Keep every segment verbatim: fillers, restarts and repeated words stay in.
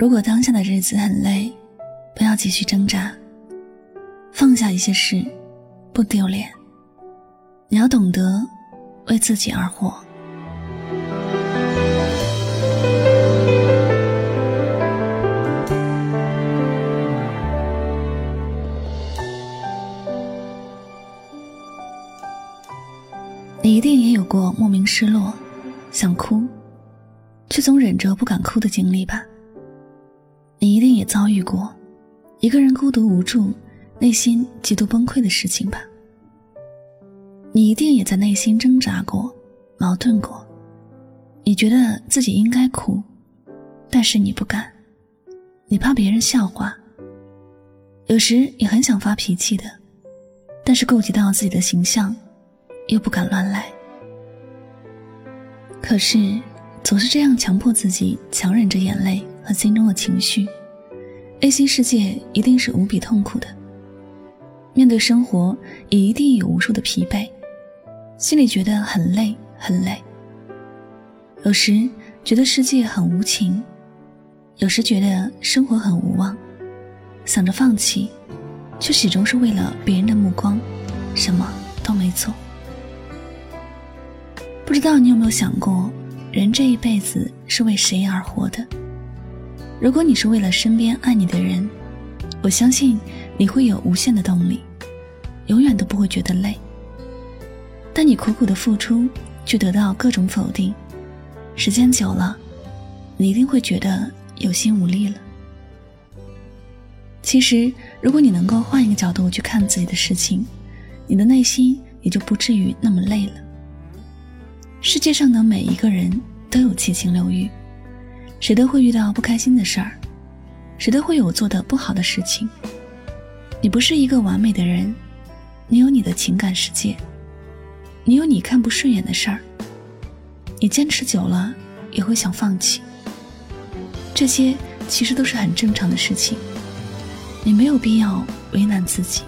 如果当下的日子很累，不要继续挣扎，放下一些事，不丢脸。你要懂得为自己而活。你一定也有过莫名失落，想哭，却总忍着不敢哭的经历吧。你一定也遭遇过一个人孤独无助，内心极度崩溃的事情吧。你一定也在内心挣扎过，矛盾过。你觉得自己应该哭，但是你不敢，你怕别人笑话。有时你很想发脾气的，但是顾及到自己的形象，又不敢乱来。可是总是这样强迫自己强忍着眼泪和心中的情绪，内心世界一定是无比痛苦的。面对生活也一定有无数的疲惫，心里觉得很累很累。有时觉得世界很无情，有时觉得生活很无望，想着放弃，却始终是为了别人的目光，什么都没做。不知道你有没有想过，人这一辈子是为谁而活的？如果你是为了身边爱你的人，我相信你会有无限的动力，永远都不会觉得累。但你苦苦的付出，却得到各种否定，时间久了，你一定会觉得有心无力了。其实，如果你能够换一个角度去看自己的事情，你的内心也就不至于那么累了。世界上的每一个人都有七情六欲，谁都会遇到不开心的事儿，谁都会有做得不好的事情。你不是一个完美的人，你有你的情感世界，你有你看不顺眼的事儿，你坚持久了也会想放弃。这些其实都是很正常的事情，你没有必要为难自己。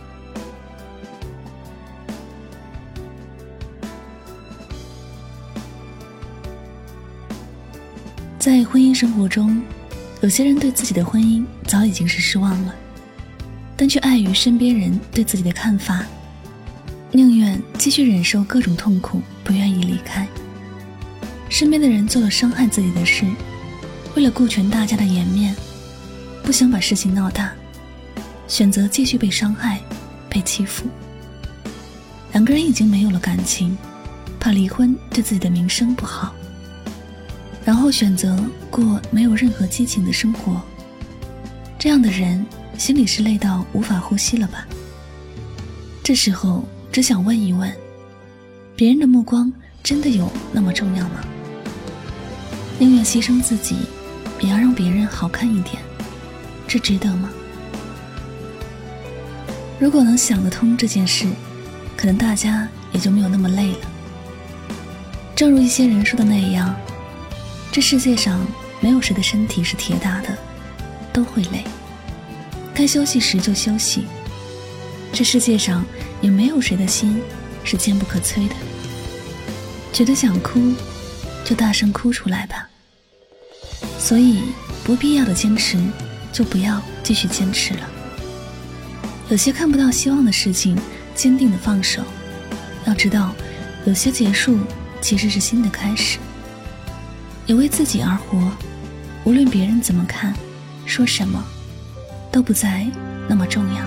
在婚姻生活中，有些人对自己的婚姻早已经是失望了，但却碍于身边人对自己的看法，宁愿继续忍受各种痛苦，不愿意离开。身边的人做了伤害自己的事，为了顾全大家的颜面，不想把事情闹大，选择继续被伤害，被欺负。两个人已经没有了感情，怕离婚对自己的名声不好，然后选择过没有任何激情的生活。这样的人心里是累到无法呼吸了吧？这时候只想问一问，别人的目光真的有那么重要吗？宁愿牺牲自己，也要让别人好看一点，这值得吗？如果能想得通这件事，可能大家也就没有那么累了。正如一些人说的那样，这世界上没有谁的身体是铁打的，都会累，该休息时就休息。这世界上也没有谁的心是坚不可摧的，觉得想哭就大声哭出来吧。所以不必要的坚持就不要继续坚持了。有些看不到希望的事情，坚定的放手。要知道，有些结束其实是新的开始。你为自己而活，无论别人怎么看，说什么，都不再那么重要。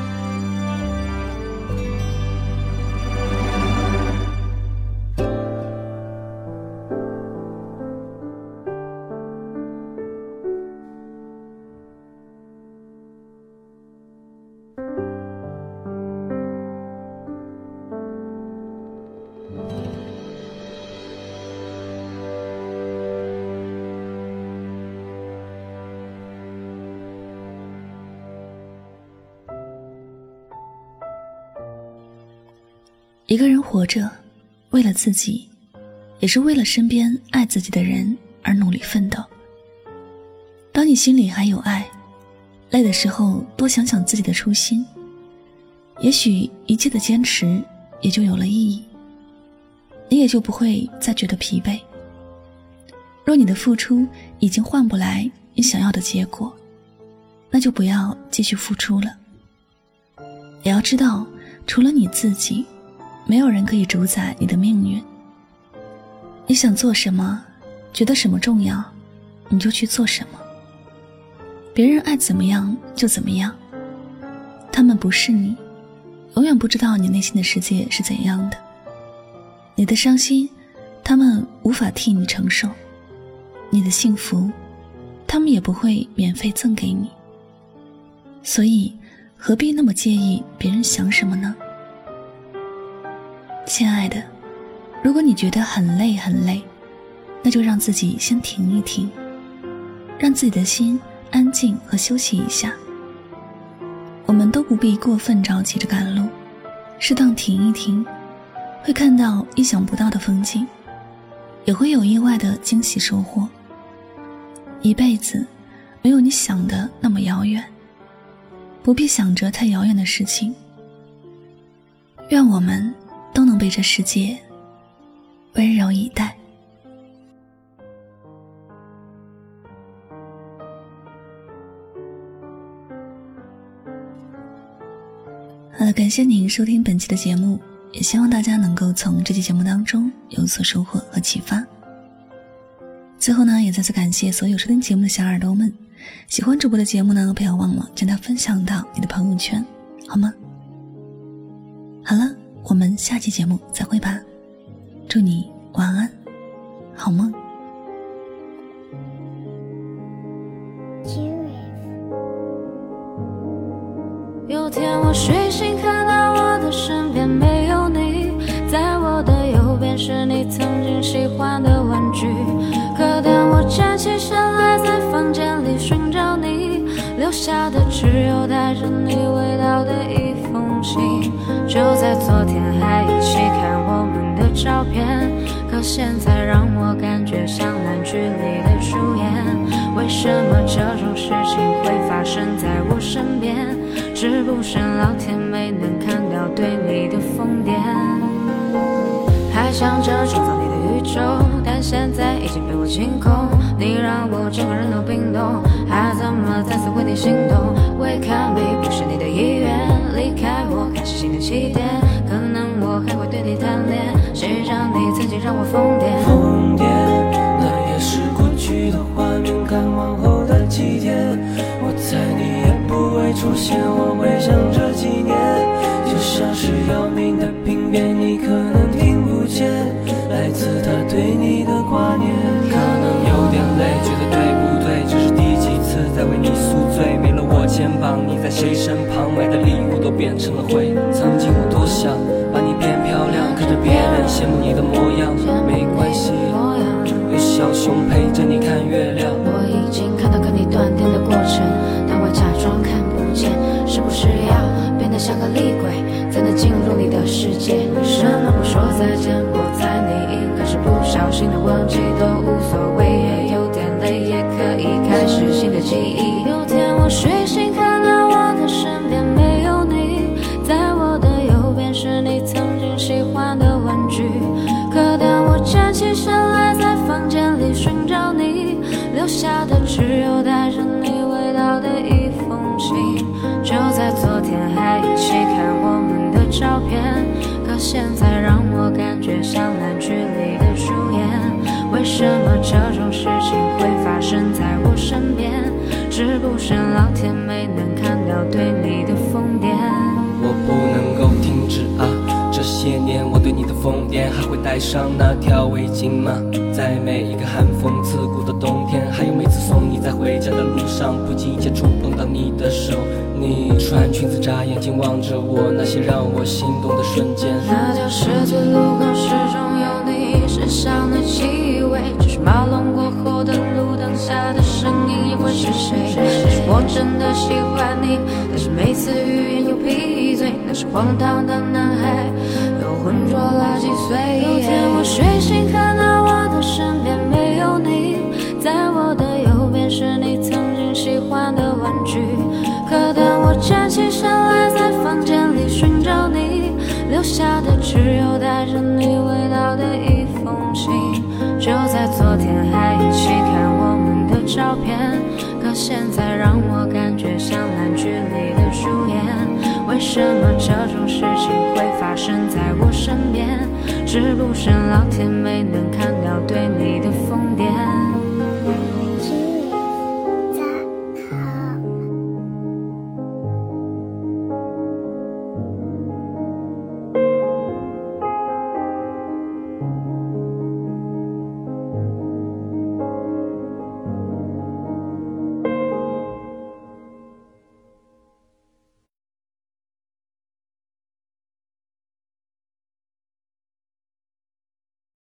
一个人活着，为了自己，也是为了身边爱自己的人而努力奋斗。当你心里还有爱，累的时候多想想自己的初心，也许一切的坚持也就有了意义，你也就不会再觉得疲惫。若你的付出已经换不来你想要的结果，那就不要继续付出了。也要知道，除了你自己，没有人可以主宰你的命运。你想做什么，觉得什么重要，你就去做什么。别人爱怎么样就怎么样，他们不是你，永远不知道你内心的世界是怎样的。你的伤心，他们无法替你承受；你的幸福，他们也不会免费赠给你。所以何必那么介意别人想什么呢？亲爱的，如果你觉得很累很累，那就让自己先停一停，让自己的心安静和休息一下。我们都不必过分着急着赶路，适当停一停，会看到意想不到的风景，也会有意外的惊喜收获。一辈子没有你想的那么遥远，不必想着太遥远的事情。愿我们都能被这世界温柔以待。好了，感谢您收听本期的节目，也希望大家能够从这期节目当中有所收获和启发。最后呢，也再次感谢所有收听节目的小耳朵们，喜欢主播的节目呢，不要忘了将它分享到你的朋友圈，好吗？好了，我们下期节目再会吧，祝你晚安，好梦。 有天我睡醒，看到我的身边没有你，在我的右边是你曾经喜欢的玩具。可当我站起身来，在房间里寻找你，留下的只有带着你味道的一封信。就在昨天还一起看我们的照片，可现在让我感觉像烂剧里的主演。为什么这种事情会发生在我身边？是不是老天没能看到对你的疯癫？还想着创造你的宇宙，但现在已经被我清空。你让我整个人都冰冻，还怎么再次为你心动？为看美不是你的意愿，离开我开始新的起点，可能我还会对你贪恋，谁让你曾经让我疯癫疯癫，那也是过去的画面，看往后的几天，我猜你也不会出现，我会想这几年，就像是要命的病变，你可能听不见来自他对你的挂念。可能有点累，觉得对不对，这是第几次在为你宿醉，没了我肩膀，你在谁身旁，买的礼物都变成了灰。曾经我多想把你变漂亮，看着别人羡慕你的模样，没关系，有小熊陪着你看月亮。 我已经看到跟你断电的过程，但我假装看不见，是不是要变得像个厉鬼，才能进入你的世界？什么不说再见，我猜你应该是不小心的忘记，都无所谓，也有点累，也可以开始新的记忆。有天我睡醒，看到我的身边没有你，在我的右边是你曾经喜欢的玩具。可当我站起身来，在房间里寻找你，留下的只有带着你味道的一封信。就在昨天还一起看我们的照片，可现在让我感觉像烂剧里的主演。为什么这种事情会发生在我身边？是不是老天没能看到对你的疯癫？ 我不能够停止啊，这些年我对你的疯癫，还会带上那条围巾吗？在每一个寒风刺骨的冬天，还有每次送你在回家的路上，不经意间触碰到你的手，你穿裙子眨眼睛望着我，那些让我心动的瞬间。 那条十字路口始终有你身上的气味，只是马龙过后的路灯下的声音，也会是谁？也许我真的喜欢你，但是每次语言又闭嘴，那是荒唐的男孩又浑浊了几岁。有天我睡醒，看到我的身边没有你，在我的右边是你曾经喜欢的玩具。可当我站起身来，在房间里寻找你，留下的只有带着你味道的一封信。就在昨天还一起看我们的照片，可现在让我感觉像烂剧里的主演。为什么这种事情会发生在我身边？是不是老天没能看到对你的疯癫？